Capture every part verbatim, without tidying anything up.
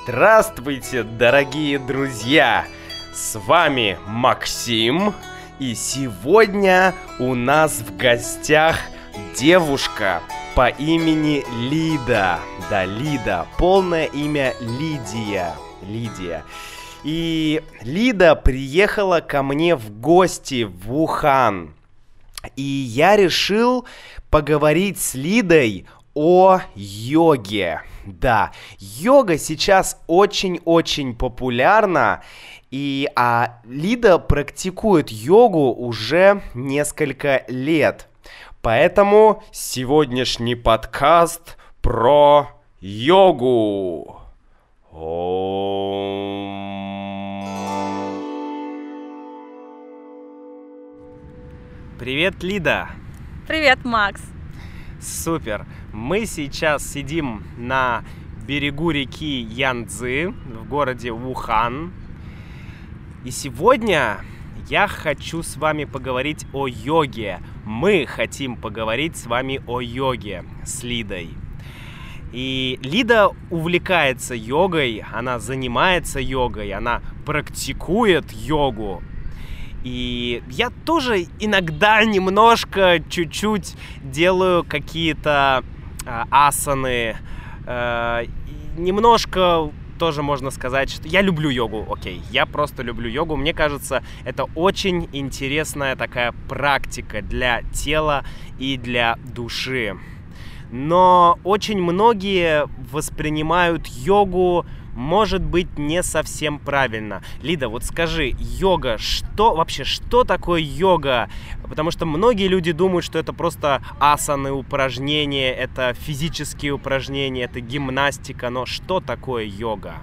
Здравствуйте, дорогие друзья! С вами Максим, и сегодня у нас в гостях девушка по имени Лида. Да, Лида. Полное имя Лидия. Лидия. И Лида приехала ко мне в гости в Ухан. И я решил поговорить с Лидой о йоге. Да, йога сейчас очень-очень популярна, и а, Лида практикует йогу уже несколько лет. Поэтому сегодняшний подкаст про йогу. Привет, Лида. Привет, Макс. Супер. Мы сейчас сидим на берегу реки Янцзы в городе Ухан. И сегодня я хочу с вами поговорить о йоге. Мы хотим поговорить с вами о йоге с Лидой. И Лида увлекается йогой, она занимается йогой, она практикует йогу. И я тоже иногда немножко, чуть-чуть делаю какие-то э, асаны. Э, немножко тоже можно сказать, что я люблю йогу, окей. Я просто люблю йогу. Мне кажется, это очень интересная такая практика для тела и для души. Но очень многие воспринимают йогу, может быть, не совсем правильно. Лида, вот скажи, йога, что вообще, что такое йога? Потому что многие люди думают, что это просто асаны, упражнения, это физические упражнения, это гимнастика, но что такое йога?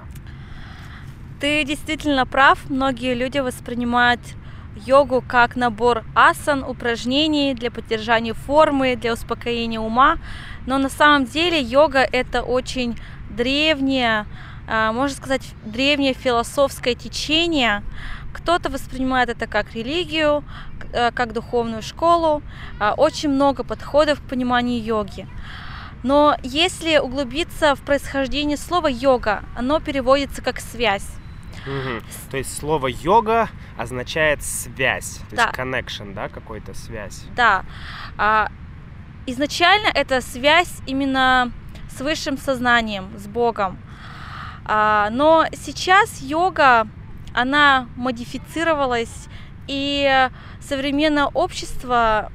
Ты действительно прав, многие люди воспринимают йогу как набор асан, упражнений для поддержания формы, для успокоения ума, но на самом деле йога это очень древнее, можно сказать, древнее философское течение. Кто-то воспринимает это как религию, как духовную школу. Очень много подходов к пониманию йоги. Но если углубиться в происхождение слова йога, оно переводится как связь. Угу. То есть слово йога означает связь, то да. есть connection, да, какой-то связь. Да. Изначально это связь именно с высшим сознанием, с Богом. Но сейчас йога, она модифицировалась, и современное общество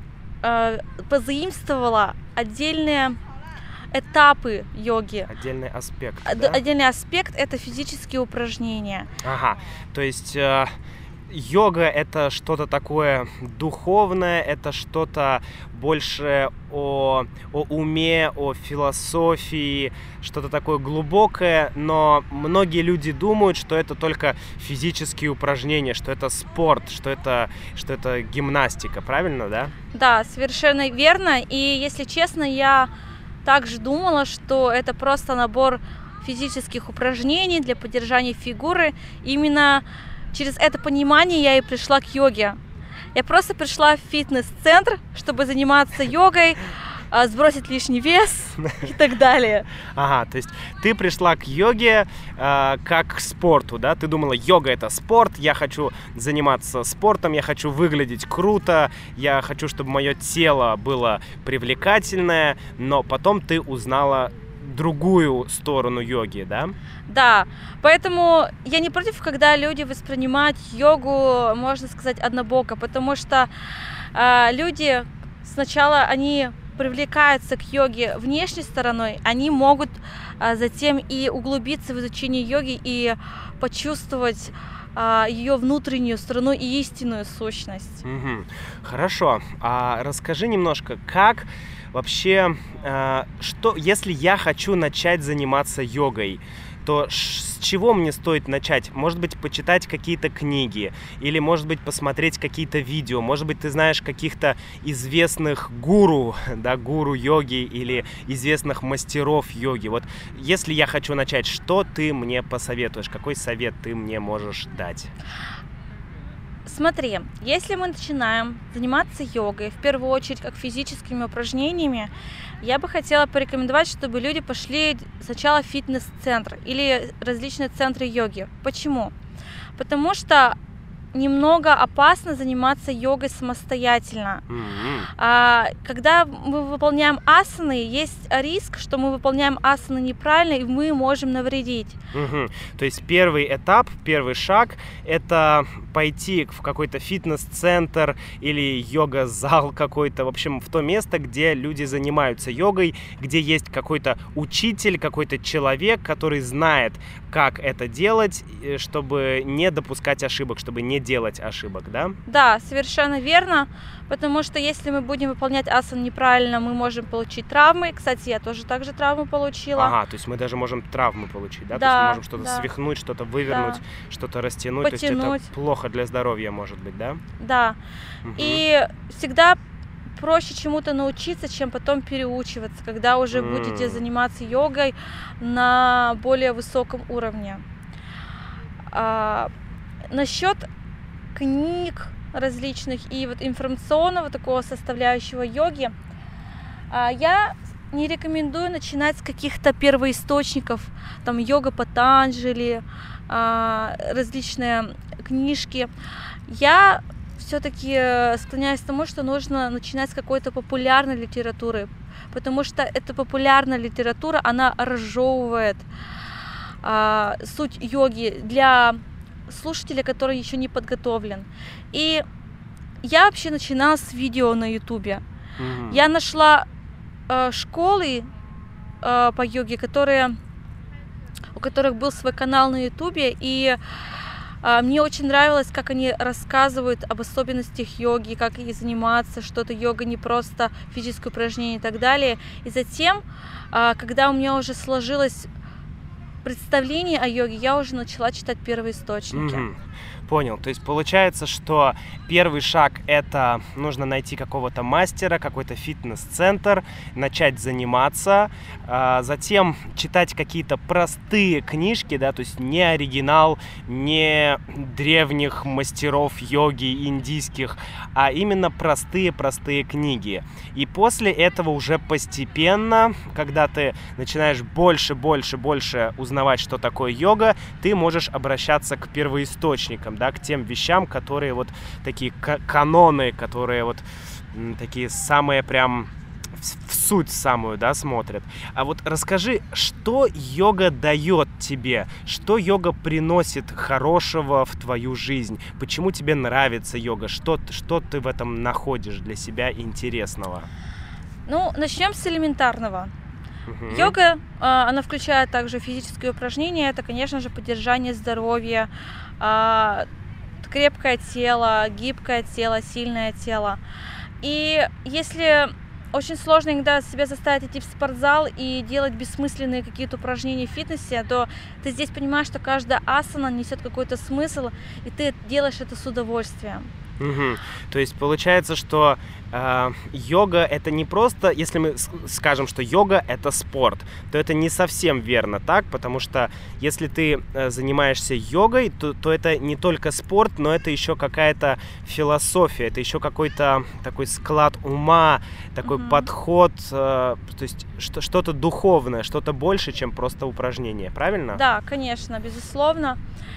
позаимствовало отдельные этапы йоги. Отдельный аспект, да? Отдельный аспект – это физические упражнения. Ага, то есть э, йога – это что-то такое духовное, это что-то больше о, о уме, о философии, что-то такое глубокое, но многие люди думают, что это только физические упражнения, что это спорт, что это, что это гимнастика, правильно, да? Да, совершенно верно, и если честно, я также думала, что это просто набор физических упражнений для поддержания фигуры. Именно через это понимание я и пришла к йоге. Я просто пришла в фитнес-центр, чтобы заниматься йогой, сбросить лишний вес и так далее. Ага, то есть ты пришла к йоге э, как к спорту, да? Ты думала, йога это спорт, я хочу заниматься спортом, я хочу выглядеть круто, я хочу, чтобы мое тело было привлекательное, но потом ты узнала другую сторону йоги, да? Да, поэтому я не против, когда люди воспринимают йогу, можно сказать, однобоко, потому что э, люди сначала, они привлекаются к йоге внешней стороной, они могут а, затем и углубиться в изучение йоги и почувствовать а, ее внутреннюю сторону и истинную сущность. Угу. Хорошо. А расскажи немножко, как вообще, а, что, если я хочу начать заниматься йогой, то с чего мне стоит начать? Может быть, почитать какие-то книги, или, может быть, посмотреть какие-то видео, может быть, ты знаешь каких-то известных гуру, да, гуру йоги или известных мастеров йоги. Вот если я хочу начать, что ты мне посоветуешь? Какой совет ты мне можешь дать? Смотри, если мы начинаем заниматься йогой, в первую очередь как физическими упражнениями, я бы хотела порекомендовать, чтобы люди пошли сначала в фитнес-центр или различные центры йоги. Почему? Потому что немного опасно заниматься йогой самостоятельно. Мгм. А, Когда мы выполняем асаны, есть риск, что мы выполняем асаны неправильно, и мы можем навредить. Мгм. То есть первый этап, первый шаг — это пойти в какой-то фитнес-центр или йога-зал какой-то, в общем, в то место, где люди занимаются йогой, где есть какой-то учитель, какой-то человек, который знает, как это делать, э, чтобы не допускать ошибок, чтобы не делать ошибок, да? Да, совершенно верно, потому что если мы будем выполнять асан неправильно, мы можем получить травмы. Кстати, я тоже также травму получила. Ага, то есть мы даже можем травмы получить, да? То есть Да, мы можем что-то да. свихнуть, что-то вывернуть, Да. что-то растянуть. То есть Потянуть. это плохо для здоровья может быть, да? Да. Мгм. И всегда проще чему-то научиться, чем потом переучиваться, когда уже будете М. заниматься йогой на более высоком уровне. А, насчет книг различных и вот информационного такого составляющего йоги, а, я не рекомендую начинать с каких-то первоисточников, там йога Патанджали, а, различные книжки. Я все-таки склоняюсь к тому, что нужно начинать с какой-то популярной литературы, потому что эта популярная литература, она разжевывает а, суть йоги для слушателя, который еще не подготовлен. И я вообще начинала с видео на ютубе. Мгм. Я нашла э, школы э, по йоге, которые, у которых был свой канал на ютубе, и э, мне очень нравилось, как они рассказывают об особенностях йоги, как ей заниматься, что это йога не просто физическое упражнение и так далее. И затем, э, когда у меня уже сложилось представление о йоге, я уже начала читать первоисточники. Мгм. Понял. То есть получается, что первый шаг — это нужно найти какого-то мастера, какой-то фитнес-центр, начать заниматься, а, затем читать какие-то простые книжки, да, то есть не оригинал, не древних мастеров йоги индийских, а именно простые-простые книги. И после этого уже постепенно, когда ты начинаешь больше, больше, больше узнавать, что такое йога, ты можешь обращаться к первоисточникам, да, к тем вещам, которые вот такие ка- каноны, которые вот м, такие самые прям в, в суть самую, да, смотрят. А вот расскажи, что йога дает тебе, что йога приносит хорошего в твою жизнь, почему тебе нравится йога, что, т- что ты в этом находишь для себя интересного? Ну, начнем с элементарного. Мгм. Йога, а, она включает также физические упражнения, это, конечно же, поддержание здоровья, а, крепкое тело, гибкое тело, сильное тело. И если очень сложно иногда себя заставить идти в спортзал и делать бессмысленные какие-то упражнения в фитнесе, то ты здесь понимаешь, что каждая асана несет какой-то смысл, и ты делаешь это с удовольствием. Мгм. То есть получается, что э, йога — это не просто, если мы с- скажем, что йога — это спорт, то это не совсем верно, так? Потому что если ты э, занимаешься йогой, то, то это не только спорт, но это еще какая-то философия, это еще какой-то такой склад ума, такой Мгм. подход, э, то есть что- что-то духовное, что-то больше, чем просто упражнение, правильно? Да, конечно, безусловно.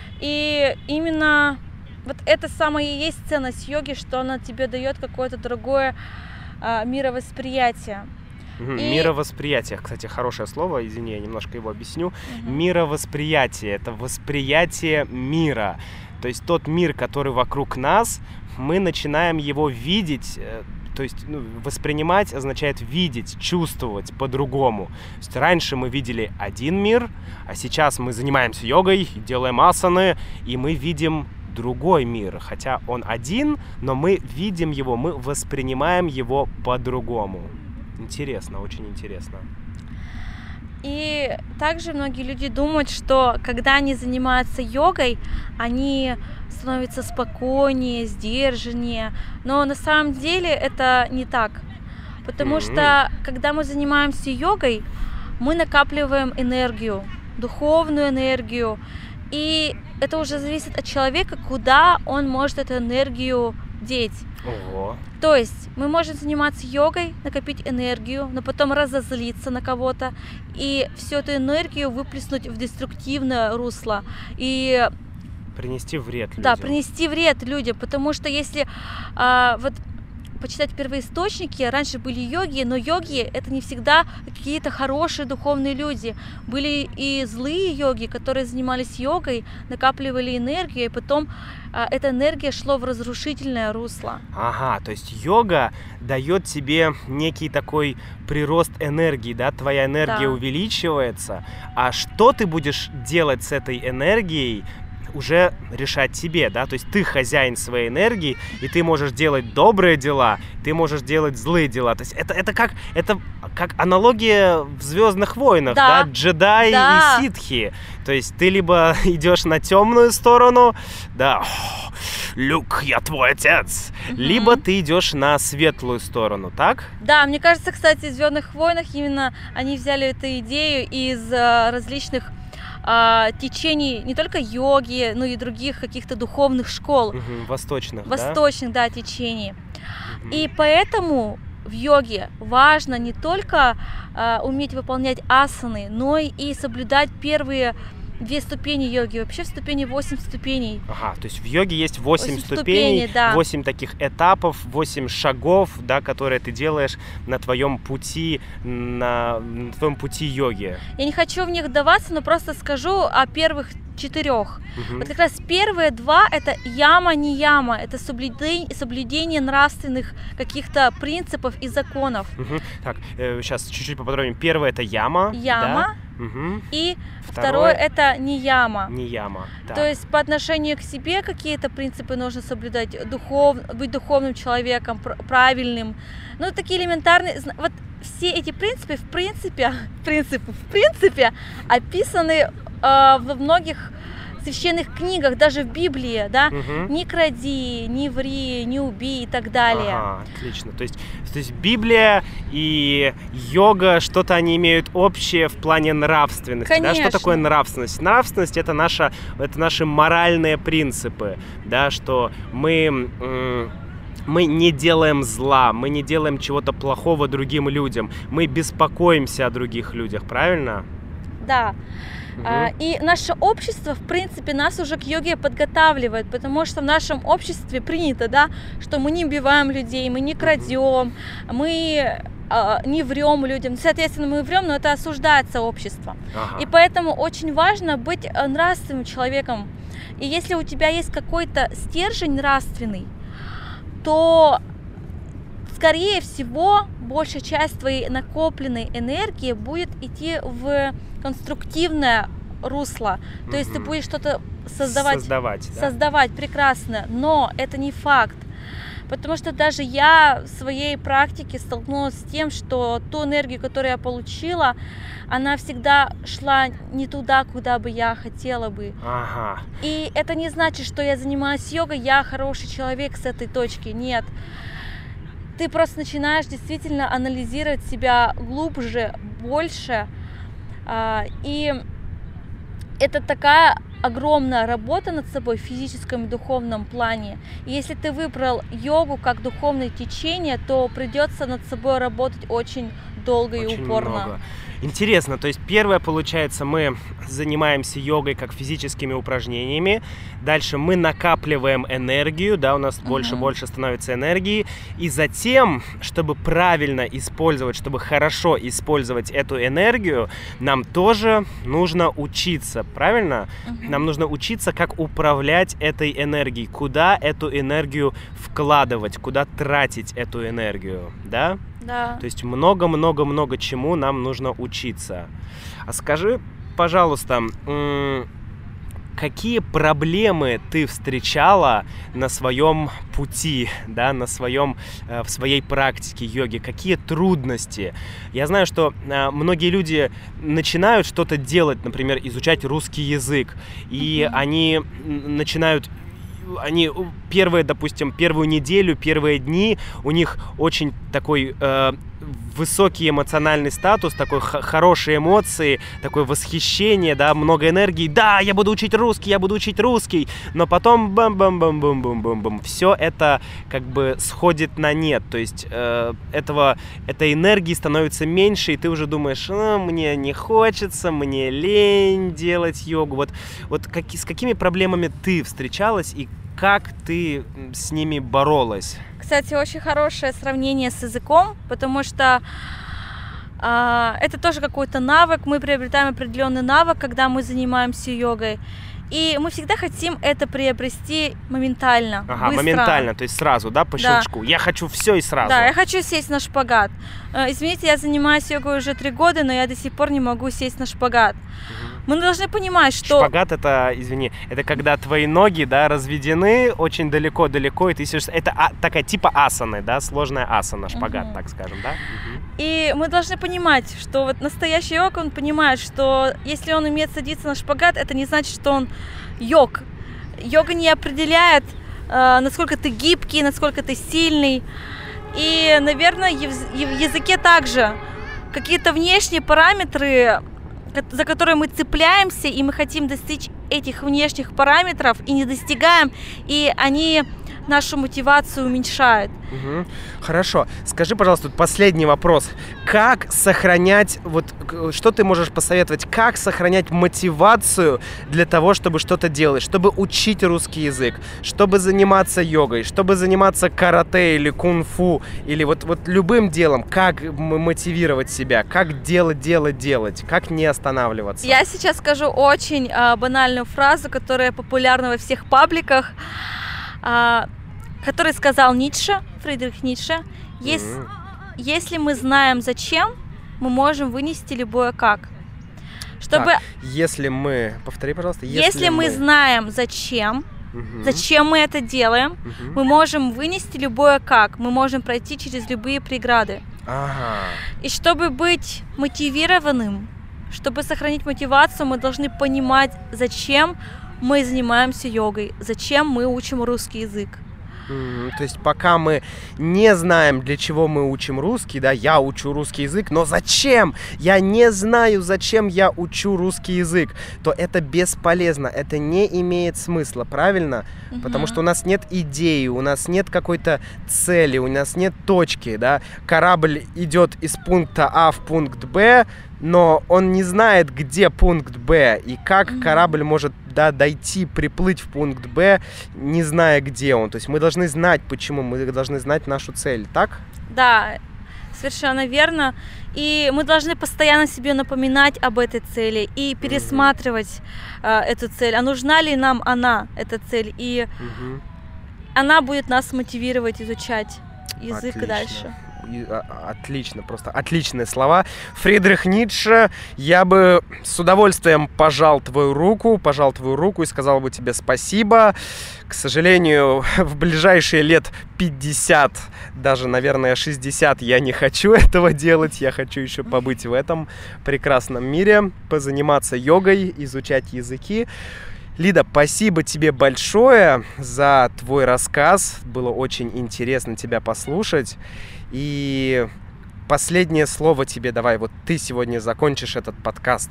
И именно вот это самое и есть ценность йоги, что она тебе дает какое-то другое а, мировосприятие. Мгм. И- Мировосприятие, кстати, хорошее слово, извини, я немножко его объясню. Мгм. Мировосприятие — это восприятие мира. То есть тот мир, который вокруг нас, мы начинаем его видеть, э, то есть ну, воспринимать означает видеть, чувствовать по-другому. То есть раньше мы видели один мир, а сейчас мы занимаемся йогой, делаем асаны, и мы видим другой мир. Хотя он один, но мы видим его, мы воспринимаем его по-другому. Интересно, очень интересно. И также многие люди думают, что когда они занимаются йогой, они становятся спокойнее, сдержаннее. Но на самом деле это не так. Потому Мгм. что когда мы занимаемся йогой, мы накапливаем энергию, духовную энергию. И это уже зависит от человека, куда он может эту энергию деть. Ого. То есть мы можем заниматься йогой, накопить энергию, но потом разозлиться на кого-то и всю эту энергию выплеснуть в деструктивное русло. И принести вред людям. Да, принести вред людям, потому что если а, вот почитать первоисточники, раньше были йоги, но йоги это не всегда какие-то хорошие духовные люди. Были и злые йоги, которые занимались йогой, накапливали энергию, и потом а, эта энергия шла в разрушительное русло. Ага, то есть йога дает тебе некий такой прирост энергии, да, твоя энергия Да. увеличивается, а что ты будешь делать с этой энергией, уже решать тебе, да, то есть ты хозяин своей энергии, и ты можешь делать добрые дела, ты можешь делать злые дела, то есть это, это как, это как аналогия в «Звездных войнах», да, Да. джедаи Да. и ситхи, то есть ты либо идешь на темную сторону, да, «О, Люк, я твой отец», Мгм. либо ты идешь на светлую сторону, так? Да, мне кажется, кстати, в «Звездных войнах» именно они взяли эту идею из э, различных а, течений не только йоги, но и других каких-то духовных школ, Мгм, восточных, да? восточных, да, течений. Мгм. И поэтому в йоге важно не только а, уметь выполнять асаны, но и соблюдать первые две ступени йоги. Вообще в ступени восемь ступеней. Ага, то есть в йоге есть восемь Восемь ступеней, ступеней, да. восемь таких этапов, восемь шагов, да, которые ты делаешь на твоем пути, на, на твоем пути йоги. Я не хочу в них вдаваться, но просто скажу о первых четырех. Мгм. Вот как раз первые два это яма, не яма, это соблюдение, соблюдение нравственных каких-то принципов и законов. Мгм. Так, сейчас чуть-чуть поподробнее. Первое это яма. Яма. Да? Мгм. И Второе второе это не яма. не яма. Так. То есть по отношению к себе какие-то принципы нужно соблюдать, духов, быть духовным человеком, пр- правильным. Ну, такие элементарные. зна- Вот все эти принципы, в принципе, принципы, в принципе, описаны э, во многих священных книгах, даже в Библии, да. Мгм. Не кради, не ври, не убей и так далее. Ага, отлично. То есть, то есть Библия и йога, что-то они имеют общее в плане нравственности. Да? Что Конечно. такое нравственность? Нравственность это, наша, это наши моральные принципы, да, что мы... м, мы не делаем зла, мы не делаем чего-то плохого другим людям, мы беспокоимся о других людях, правильно? Да. Мгм. А, И наше общество, в принципе, нас уже к йоге подготавливает, потому что в нашем обществе принято, да, что мы не убиваем людей, мы не крадем, мы а, не врем людям. Соответственно, мы врем, но это осуждается обществом. Ага. И поэтому очень важно быть э, нравственным человеком. И если у тебя есть какой-то стержень нравственный, то, скорее всего, большая часть твоей накопленной энергии будет идти в конструктивное русло. То есть ты Мгм. будешь что-то создавать, Создавать, да. создавать прекрасно, но это не факт. Потому что даже я в своей практике столкнулась с тем, что ту энергию, которую я получила, она всегда шла не туда, куда бы я хотела бы. Ага. И это не значит, что я занимаюсь йогой, я хороший человек с этой точки. Нет. Ты просто начинаешь действительно анализировать себя глубже, больше. а, И это такая огромная работа над собой в физическом и духовном плане. И если ты выбрал йогу как духовное течение, то придется над собой работать очень долго и Очень упорно. много. Интересно, то есть первое, получается, мы занимаемся йогой как физическими упражнениями, дальше мы накапливаем энергию, да, у нас больше и Мгм. больше становится энергии, и затем, чтобы правильно использовать, чтобы хорошо использовать эту энергию, нам тоже нужно учиться, правильно? Мгм. Нам нужно учиться, как управлять этой энергией, куда эту энергию вкладывать, куда тратить эту энергию, да? Да. То есть много-много-много чему нам нужно учиться. А скажи, пожалуйста, м, какие проблемы ты встречала на своем пути, да, на своем, э, в своей практике йоги? Какие трудности? Я знаю, что э, многие люди начинают что-то делать, например, изучать русский язык, и Мгм. они м, начинают они первые, допустим, первую неделю, первые дни у них очень такой э, высокий эмоциональный статус, такой хорошие эмоции, такое восхищение, да, много энергии. Да, я буду учить русский, я буду учить русский, но потом бам-бам-бам-бам-бам-бам-бам. Все это как бы сходит на нет, то есть э, этого, этой энергии становится меньше, и ты уже думаешь, ну, мне не хочется, мне лень делать йогу. Вот, вот как, с какими проблемами ты встречалась и как ты с ними боролась? Кстати, очень хорошее сравнение с языком, потому что э, это тоже какой-то навык. Мы приобретаем определенный навык, когда мы занимаемся йогой. И мы всегда хотим это приобрести моментально. Ага, быстро. моментально, то есть сразу, да, по Да. щелчку. Я хочу все и сразу. Да, я хочу сесть на шпагат. Э, Извините, я занимаюсь йогой уже три года, но я до сих пор не могу сесть на шпагат. Мы должны понимать, что... Шпагат это, извини, это когда твои ноги, да, разведены очень далеко-далеко, и ты сидишь... Это а, такая типа асаны, да, сложная асана, шпагат, Мгм. так скажем, да? Мгм. И мы должны понимать, что вот настоящий йог, он понимает, что если он умеет садиться на шпагат, это не значит, что он йог. Йога не определяет, э, насколько ты гибкий, насколько ты сильный. И, наверное, и в и в языке также какие-то внешние параметры, ко- за которые мы цепляемся, и мы хотим достичь этих внешних параметров, и не достигаем, и они нашу мотивацию уменьшают. Мгм. Хорошо. Скажи, пожалуйста, тут последний вопрос. Как сохранять, вот к- что ты можешь посоветовать, как сохранять мотивацию для того, чтобы что-то делать, чтобы учить русский язык, чтобы заниматься йогой, чтобы заниматься карате или кунг-фу, или вот, вот любым делом, как м- мотивировать себя, как делать, делать, делать, как не останавливаться? Я сейчас скажу очень а, банальную фразу, которая популярна во всех пабликах, а, который сказал Ницше, Фридрих Ницше. Ес- Мгм. Если мы знаем зачем, мы можем вынести любое как. Чтобы, Так, если мы... Повтори, пожалуйста. если, мы знаем зачем, Мгм. зачем мы это делаем, Мгм. мы можем вынести любое как. Мы можем пройти через любые преграды. Ага. И чтобы быть мотивированным, чтобы сохранить мотивацию, мы должны понимать, зачем мы занимаемся йогой, зачем мы учим русский язык. Мгм. То есть пока мы не знаем, для чего мы учим русский, да, я учу русский язык, но зачем? Я не знаю, зачем я учу русский язык, то это бесполезно, это не имеет смысла, правильно? Потому Мгм. что у нас нет идеи, у нас нет какой-то цели, у нас нет точки, да. Корабль идет из пункта А в пункт Б, но он не знает, где пункт Б и как Мгм. корабль может, да, дойти, приплыть в пункт Б, не зная, где он. То есть мы должны знать, почему, мы должны знать нашу цель, так? Да, совершенно верно. И мы должны постоянно себе напоминать об этой цели и пересматривать э, эту цель. А нужна ли нам она, эта цель? И Мгм. она будет нас мотивировать изучать язык Отлично. дальше. И, а, Отлично, просто отличные слова. Фридрих Ницше, я бы с удовольствием пожал твою руку, пожал твою руку и сказал бы тебе спасибо. К сожалению, в ближайшие лет пятьдесят, даже, наверное, шестьдесят я не хочу этого делать. Я хочу еще побыть в этом прекрасном мире, позаниматься йогой, изучать языки. Лида, спасибо тебе большое за твой рассказ. Было очень интересно тебя послушать. И последнее слово тебе давай. Вот ты сегодня закончишь этот подкаст.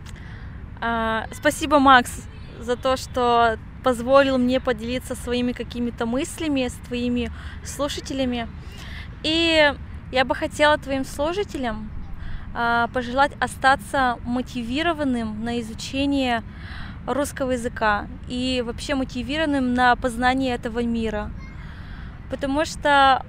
А, Спасибо, Макс, за то, что позволил мне поделиться своими какими-то мыслями с твоими слушателями. И я бы хотела твоим слушателям а, пожелать остаться мотивированным на изучение русского языка и вообще мотивированным на познание этого мира. Потому что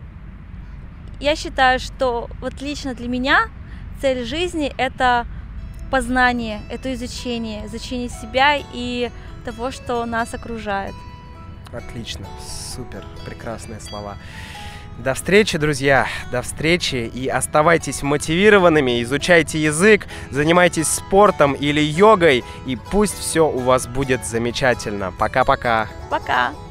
я считаю, что вот лично для меня цель жизни — это познание, это изучение, изучение себя и того, что нас окружает. Отлично, супер, прекрасные слова. До встречи, друзья, до встречи, и оставайтесь мотивированными, изучайте язык, занимайтесь спортом или йогой, и пусть все у вас будет замечательно. Пока-пока. Пока!